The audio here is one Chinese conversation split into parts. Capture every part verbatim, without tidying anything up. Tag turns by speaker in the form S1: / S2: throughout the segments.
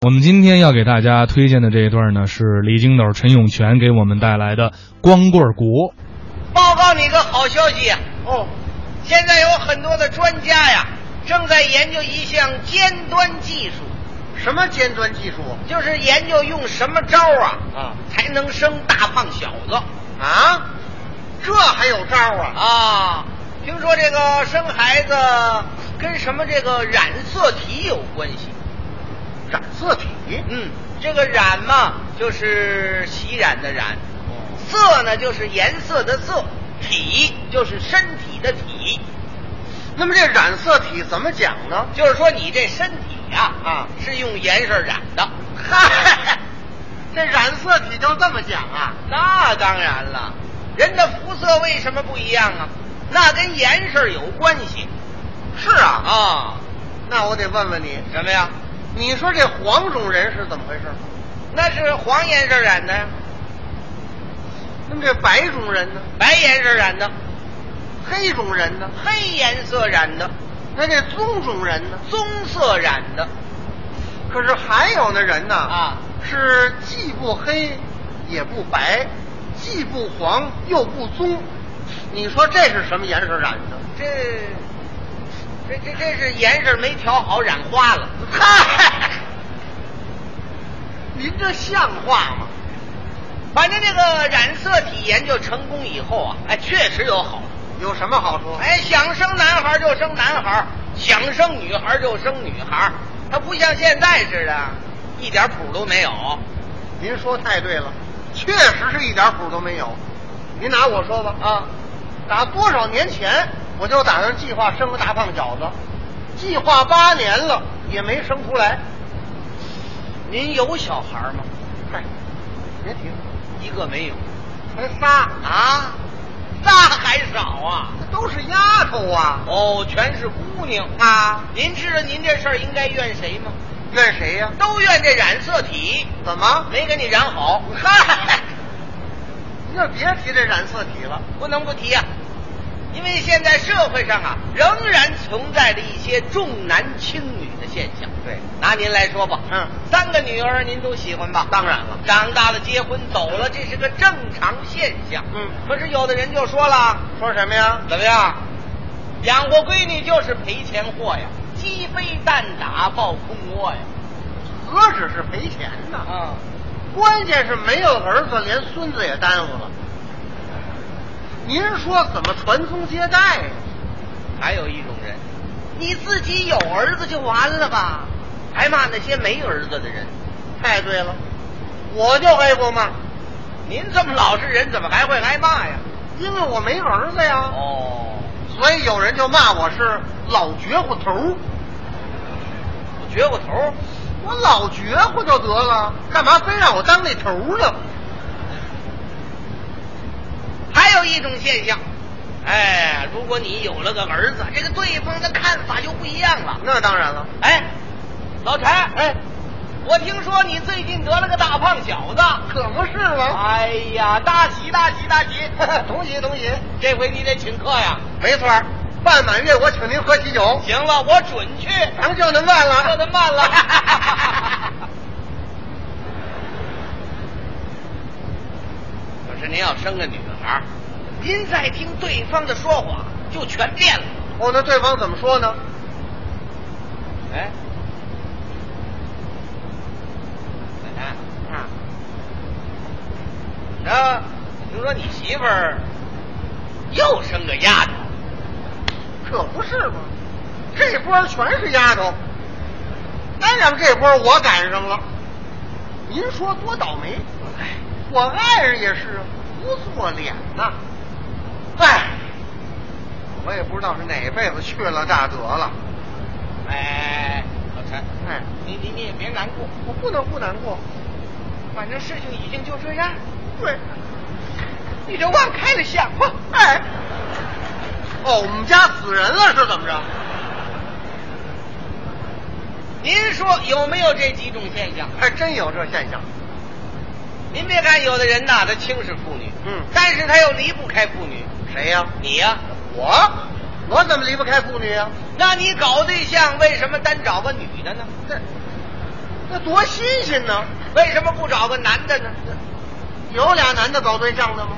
S1: 我们今天要给大家推荐的这一段呢，是李金斗、陈永泉给我们带来的《光棍国》。
S2: 报告你个好消息呀！哦，现在有很多的专家呀，正在研究一项尖端技术。
S3: 什么尖端技术？
S2: 就是研究用什么招啊啊才能生大胖小子
S3: 啊？这还有招啊？
S2: 啊！听说这个生孩子跟什么这个染色体有关系。
S3: 染色体？
S2: 嗯，这个染嘛，就是洗染的染；色呢，就是颜色的色；体就是身体的体。
S3: 那么这染色体怎么讲呢？
S2: 就是说你这身体呀，
S3: 啊，
S2: 是用颜色染的。
S3: 嗨，这染色体就这么讲啊？
S2: 那当然了，人的肤色为什么不一样啊？那跟颜色有关系。
S3: 是啊。
S2: 啊，
S3: 那我得问问你，
S2: 什么呀？
S3: 你说这黄种人是怎么回事？
S2: 那是黄颜色染的呀。
S3: 那么这白种人呢？
S2: 白颜色染的。
S3: 黑种人呢？
S2: 黑颜色染的。
S3: 那这棕种人呢？
S2: 棕色染的。
S3: 可是还有那人呢
S2: 啊，
S3: 是既不黑也不白，既不黄又不棕。你说这是什么颜色染的？
S2: 这这这这是颜色没调好，染花了。
S3: 嗨，您这像话吗？
S2: 反正这个染色体研究成功以后啊，哎，确实有好处。
S3: 有什么好处？
S2: 哎，想生男孩就生男孩，想生女孩就生女孩，它不像现在似的，一点谱都没有。
S3: 您说太对了，确实是一点谱都没有。您拿我说吧，
S2: 啊，
S3: 打多少年前我就打算计划生个大胖小子，计划八年了也没生出来。
S2: 您有小孩吗？
S3: 嗨，别提了，
S2: 一个没有。
S3: 才仨
S2: 啊？那还少啊？
S3: 都是丫头啊！
S2: 哦，全是姑娘
S3: 啊！
S2: 您知道您这事儿应该怨谁吗？
S3: 怨谁呀？
S2: 都怨这染色体。
S3: 怎么
S2: 没给你染好？
S3: 嗨，您就别提这染色体了。
S2: 不能不提呀、啊，因为现在社会上啊，仍然存在着一些重男轻女的现象。
S3: 对，
S2: 拿您来说吧，
S3: 嗯，
S2: 三个女儿您都喜欢吧？
S3: 当然了，
S2: 长大了结婚走了，这是个正常现象。
S3: 嗯，
S2: 可是有的人就说了，
S3: 说什么呀？
S2: 怎么样？养活闺女就是赔钱货呀，鸡飞蛋打抱空窝呀。
S3: 何止是赔钱呢？
S2: 啊，
S3: 关键是没有儿子，连孙子也耽误了。您说怎么传宗接代呀？
S2: 还有一种人，你自己有儿子就完了吧，还骂那些没儿子的人。
S3: 太对了，我就挨过骂。
S2: 您这么老实人，怎么还会挨骂呀？
S3: 因为我没儿子呀。
S2: 哦，
S3: 所以有人就骂我是老绝户头。
S2: 我绝户头？
S3: 我老绝户就得了，干嘛非让我当那头呢？
S2: 还有一种现象，哎，如果你有了个儿子，这个对方的看法就不一样了。
S3: 那当然了。
S2: 哎，老陈，哎，我听说你最近得了个大胖小子，
S3: 可不是吗？
S2: 哎呀，大喜大喜大喜！
S3: 同喜同喜！
S2: 这回你得请客呀。
S3: 没错，办满月我请您喝喜酒。
S2: 行了，我准去。
S3: 咱就能办了，
S2: 就能办了。可是您要生个女孩，您再听对方的说话就全变了。
S3: 哦，那对方怎么说呢？
S2: 哎，奶奶啊，然后听说你媳妇儿又生个丫头，
S3: 可不是吗？这波全是丫头，当然这波我赶上了。您说多倒霉！哎，我爱人也是不做脸呐。哎，我也不知道是哪辈子去了大德了。
S2: 哎，老陈，
S3: 哎，
S2: 你你你也别难过，
S3: 我不能不难过，
S2: 反正事情已经就这样。
S3: 对，
S2: 你就往开了想吧。
S3: 哎，哦，我们家死人了是怎么着？
S2: 您说有没有这几种现象？
S3: 还真有这现象。
S2: 您别看有的人呐，他轻视妇女，
S3: 嗯，
S2: 但是他又离不开妇女。
S3: 谁呀？
S2: 你呀。
S3: 我？我怎么离不开妇女呀？
S2: 那你搞对象为什么单找个女的呢？
S3: 这那多新鲜呢！
S2: 为什么不找个男的呢？
S3: 有俩男的搞对象的吗？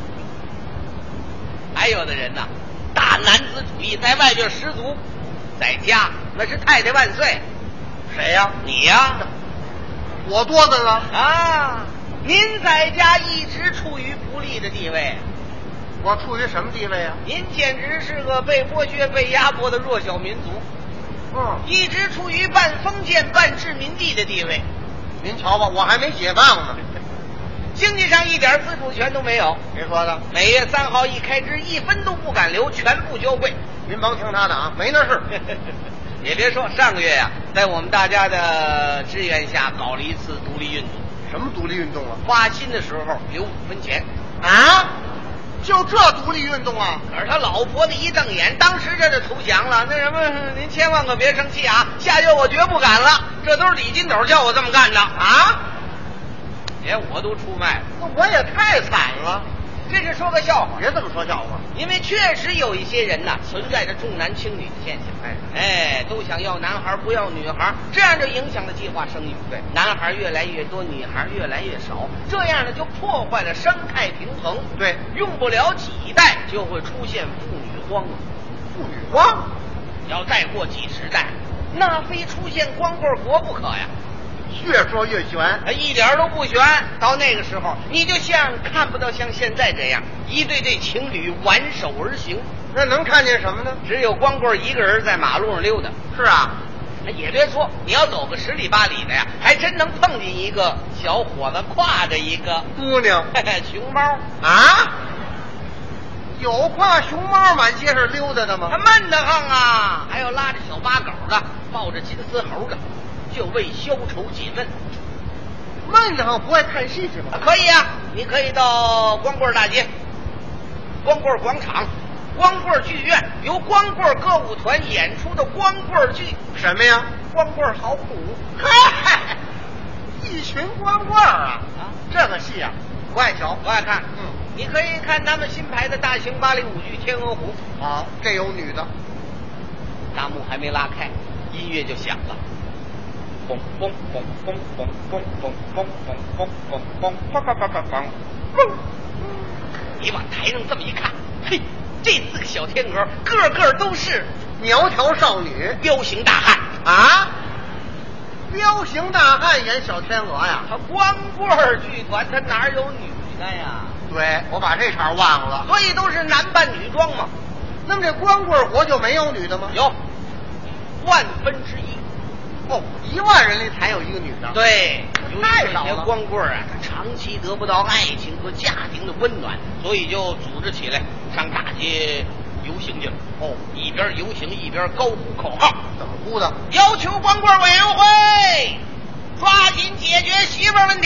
S2: 还有的人呢，大男子主义在外边十足，在家那是太太万岁。
S3: 谁呀、啊？
S2: 你呀、啊？
S3: 我多的了
S2: 啊！您在家一直处于不利的地位。
S3: 我处于什么地位啊？
S2: 您简直是个被剥削、被压迫的弱小民族。
S3: 嗯，
S2: 一直处于半封建半殖民地的地位。
S3: 您瞧吧，我还没解放呢，
S2: 经济上一点自主权都没有。
S3: 谁说的？
S2: 每月三号一开支，一分都不敢留，全部交贵。
S3: 您甭听他的啊，没那事。
S2: 也别说，上个月呀、啊，在我们大家的支援下，搞了一次独立运动。
S3: 什么独立运动啊？
S2: 花薪的时候留五分钱
S3: 啊？就这独立运动啊？
S2: 可是他老婆子一瞪眼，当时这就投降了。那什么，您千万可别生气啊！下月我绝不敢了。这都是李金斗叫我这么干的啊！连我都出卖了，
S3: 那我也太惨了。
S2: 这是说个笑话，
S3: 别这么说笑话。
S2: 因为确实有一些人呐，存在着重男轻女的现象。哎哎，都想要男孩不要女孩，这样就影响了计划生育。对，男孩越来越多，女孩越来越少，这样呢就破坏了生态平衡。
S3: 对，
S2: 用不了几代就会出现妇女荒了。
S3: 妇女荒，
S2: 要再过几十代，那非出现光棍国不可呀。
S3: 越说越悬，
S2: 一点都不悬。到那个时候，你就像看不到像现在这样一对对情侣挽手而行。
S3: 那能看见什么呢？
S2: 只有光棍一个人在马路上溜达。
S3: 是啊，
S2: 也别说，你要走个十里八里的呀，还真能碰见一个小伙子挎着一个
S3: 姑娘
S2: 熊猫
S3: 啊。有挎熊猫满街上溜达的吗？
S2: 他闷得慌啊！还有拉着小八狗的，抱着金丝猴的，就为消愁解闷。
S3: 闷得慌不爱看戏去吗？
S2: 可以啊，你可以到光棍大街、光棍广场、光棍剧院，由光棍歌舞团演出的光棍剧。
S3: 什么呀？
S2: 光棍好苦。
S3: 嗨，一群光棍啊！啊，这个戏啊，不爱瞧，
S2: 不爱看。
S3: 嗯，
S2: 你可以看他们新排的大型芭蕾舞剧《天鹅湖》。
S3: 好，这有女的。
S2: 大幕还没拉开，音乐就响了。嘣嘣嘣嘣嘣嘣嘣嘣嘣嘣嘣嘣嘣嘣嘣嘣嘣！你往台上这么一看，嘿，这四个小天鹅个个都是
S3: 苗条少女，
S2: 彪形大汉
S3: 啊！彪形大汉演小天鹅呀？
S2: 他光棍剧团，他哪有女的呀？
S3: 对，我把这茬忘了。
S2: 所以都是男扮女装嘛。
S3: 那么这光棍活就没有女的吗？
S2: 有，万分之一。
S3: 哦，一万人里才有一个女的。
S2: 对，
S3: 太少了。
S2: 有些光棍啊，他长期得不到爱情和家庭的温暖，所以就组织起来上大街游行去了。哦，一边游行一边高呼口号。
S3: 怎么呼的？
S2: 要求光棍委员会抓紧解决媳妇儿问题。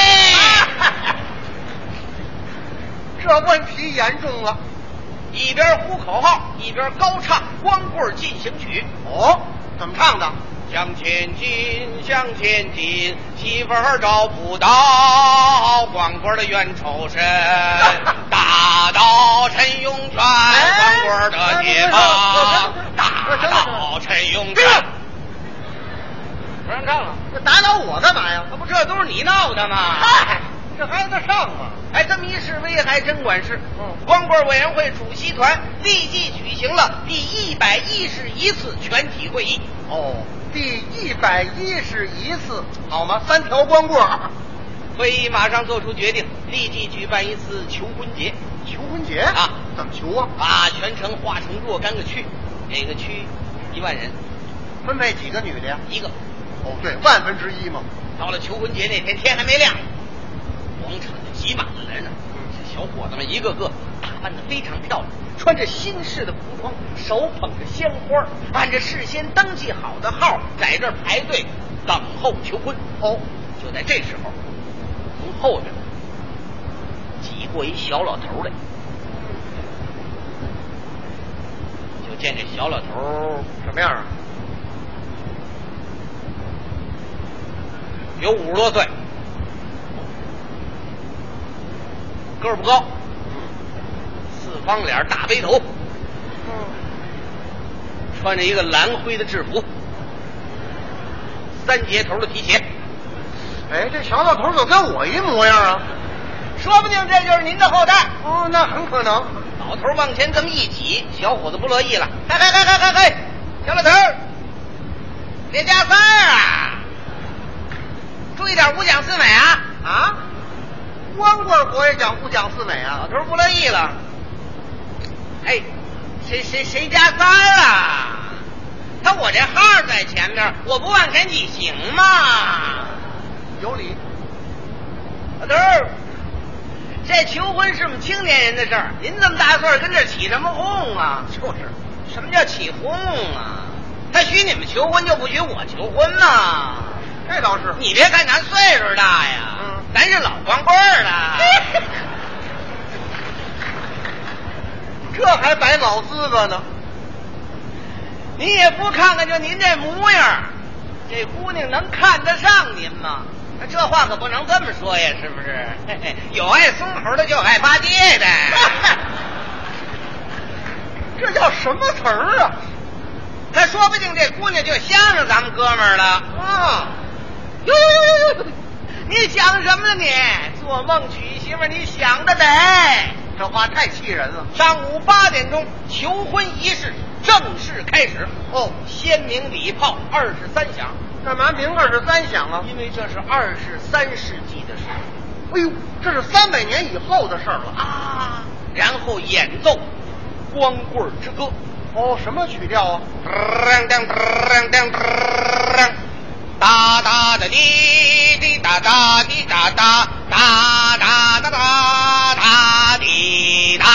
S3: 这问题严重了。
S2: 一边呼口号一边高唱光棍进行曲。
S3: 哦，怎么唱的？
S2: 向前进，向前进，媳妇儿找不到，光棍的冤仇深，大到陈永泉，光棍的解放，大到陈永泉。不让唱了，
S3: 这打倒我干嘛呀？
S2: 那不这都是你闹的吗？
S3: 嗨，这还得上吗？
S2: 哎，这么一示威还真管事。嗯，光棍委员会主席团立即举行了第一百一十一次全体会议。
S3: 哦，第一百一十一次，好吗？三条光棍。
S2: 会议马上做出决定，立即举办一次求婚节。
S3: 求婚节
S2: 啊？
S3: 怎么求啊？
S2: 把全城划成若干个区，每个区一万人，
S3: 分配几个女的呀？
S2: 一个。
S3: 哦，对，万分之一嘛。
S2: 到了求婚节那天，天还没亮，广场就挤满了人了。这小伙子们一个个打扮得非常漂亮，穿着新式的服装，手捧着鲜花，按着事先登记好的号，在这儿排队等候求婚。哦，就在这时候，从后边挤过一小老头来，就见这小老头
S3: 什么样啊？
S2: 有五十多岁，个儿不高，四方脸大背头，穿着一个蓝灰的制服， 三节头的提鞋。
S3: 哎，这小老头怎么跟我一模样啊？
S2: 说不定这就是您的后代。
S3: 哦，那很可能。
S2: 老头往前这么一挤，小伙子不乐意了。嘿嘿嘿嘿嘿嘿，小老头儿，别加三啊！注意点五讲四美啊！
S3: 啊，光棍国也讲五讲四美啊？
S2: 老头不乐意了。哎，谁谁谁加三啊？他我这号在前面，我不往前挤行吗？
S3: 有理。
S2: 老头儿，这求婚是我们青年人的事儿，您这么大岁数跟这起什么哄啊？
S3: 就是，
S2: 什么叫起哄啊？他许你们求婚就不许我求婚吗？
S3: 这倒是。
S2: 你别看咱岁数大呀，
S3: 嗯，
S2: 咱是老光棍儿了。
S3: 这还摆老资格呢？
S2: 你也不看看，就您这模样，这姑娘能看得上您吗？这话可不能这么说呀，是不是？嘿嘿，有爱松猴的就有爱发爹的。
S3: 这叫什么词儿啊？
S2: 他说不定这姑娘就相上咱们哥们儿了
S3: 啊！
S2: 呦呦呦呦！你想什么呢你？做梦娶媳妇儿，你想得得！
S3: 这话太气人了。
S2: 上午八点钟，求婚仪式正式开始。
S3: 哦，
S2: 先鸣礼炮二十三响。
S3: 干嘛鸣二十三响啊？
S2: 因为这是二十三世纪的事。
S3: 哎呦，这是三百年以后的事儿了
S2: 啊！然后演奏《光棍之歌》。
S3: 哦，什么曲调啊？
S2: 哒哒的滴滴哒哒滴哒哒哒哒哒哒哒滴哒。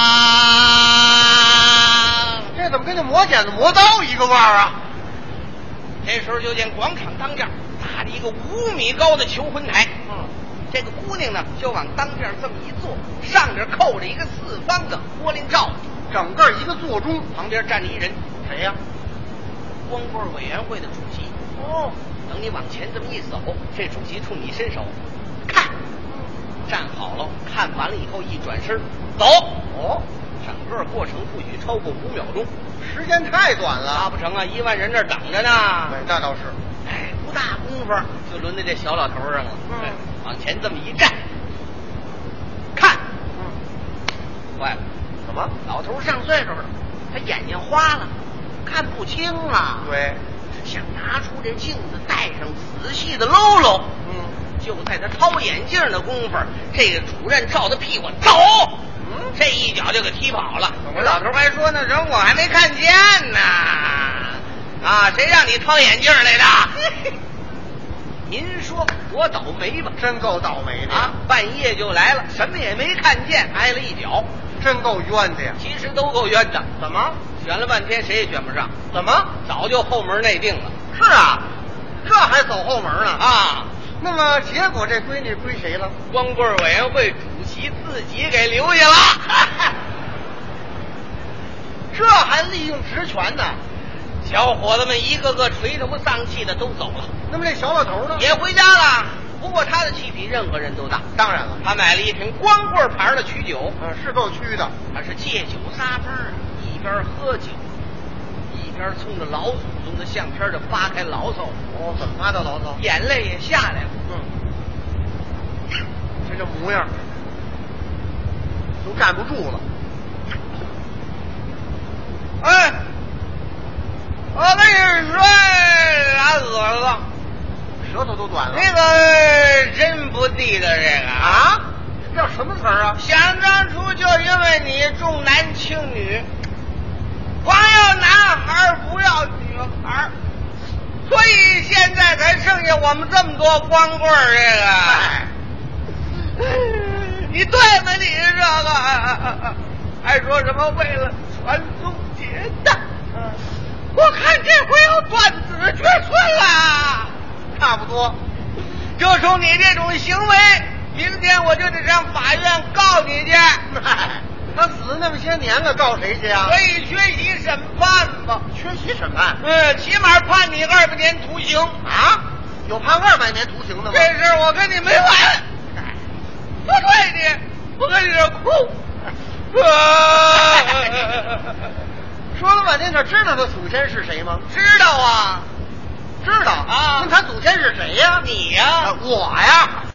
S3: 这怎么跟那磨剪子磨刀一个味儿啊？
S2: 这时候就见广场当间搭了一个五米高的求婚台。
S3: 嗯，
S2: 这个姑娘呢就往当间这么一坐，上边扣着一个四方的玻璃罩，
S3: 整个一个座钟，
S2: 旁边站着一人。
S3: 谁呀？
S2: 光棍委员会的主席。
S3: 哦，
S2: 等你往前这么一走，这主席冲你伸手，看，站好了，看完了以后一转身走。
S3: 哦，
S2: 整个过程不许超过五秒钟，
S3: 时间太短了。
S2: 那不成啊，一万人这儿等着呢。
S3: 对，那倒是。
S2: 哎，不大功夫就轮到这小老头上了。
S3: 嗯，
S2: 往前这么一站，看，
S3: 嗯，
S2: 坏了，
S3: 怎么？
S2: 老头上岁数了，他眼睛花了，看不清了。
S3: 对。
S2: 想拿出这镜子，戴上仔细的搂搂。
S3: 嗯，
S2: 就在他掏眼镜的功夫，这个主任照他屁股走，
S3: 嗯，
S2: 这一脚就给踢跑了。
S3: 怎么
S2: 老头还说呢，人我还没看见呢。啊，谁让你掏眼镜来的？您说多倒霉吧？
S3: 真够倒霉的
S2: 啊！半夜就来了，什么也没看见，挨了一脚，
S3: 真够冤的呀。
S2: 其实都够冤的。
S3: 怎么？
S2: 选了半天谁也选不上。
S3: 怎么？
S2: 早就后门内定了。
S3: 是啊，这还走后门呢
S2: 啊！
S3: 那么结果这闺女归谁了？
S2: 光棍委员会主席自己给留下了。
S3: 这还利用职权呢？
S2: 小伙子们一个个垂头丧气的都走了。
S3: 那么这小老头呢？
S2: 也回家了。不过他的气比任何人都大。
S3: 当然了，
S2: 他买了一瓶光棍牌的曲酒。
S3: 嗯，是够曲的。
S2: 他是借酒撒疯儿，一边喝酒，一边冲着老祖宗的相片就发开牢骚。
S3: 哦，怎么发的牢骚？
S2: 眼泪也下来了。
S3: 嗯，这这模样都站不住了。
S2: 哎，我跟你说，俩恶子，
S3: 舌头都短了。
S2: 这个真不地道，这个
S3: 啊，这叫什么词儿啊？
S2: 想当初就因为你重男轻女，光要男孩不要女孩，所以现在才剩下我们这么多光棍儿。这个，你对吗？你这个还说什么为了传宗接代？我看这回要断子绝孙了。
S3: 差不多。
S2: 就冲你这种行为，明天我就得上法院告你去。
S3: 他死那么些年了，告谁去啊？
S2: 可以缺席审判吧？
S3: 缺席审判？
S2: 嗯，起码判你二百年徒刑
S3: 啊！有判二百年徒刑的吗？
S2: 这事我跟你没完。不对你，我跟你这哭。
S3: 说了半天，他知道他祖先是谁吗？
S2: 知道啊，
S3: 知道
S2: 啊
S3: 问他祖先是谁呀？
S2: 你呀、
S3: 呃我呀。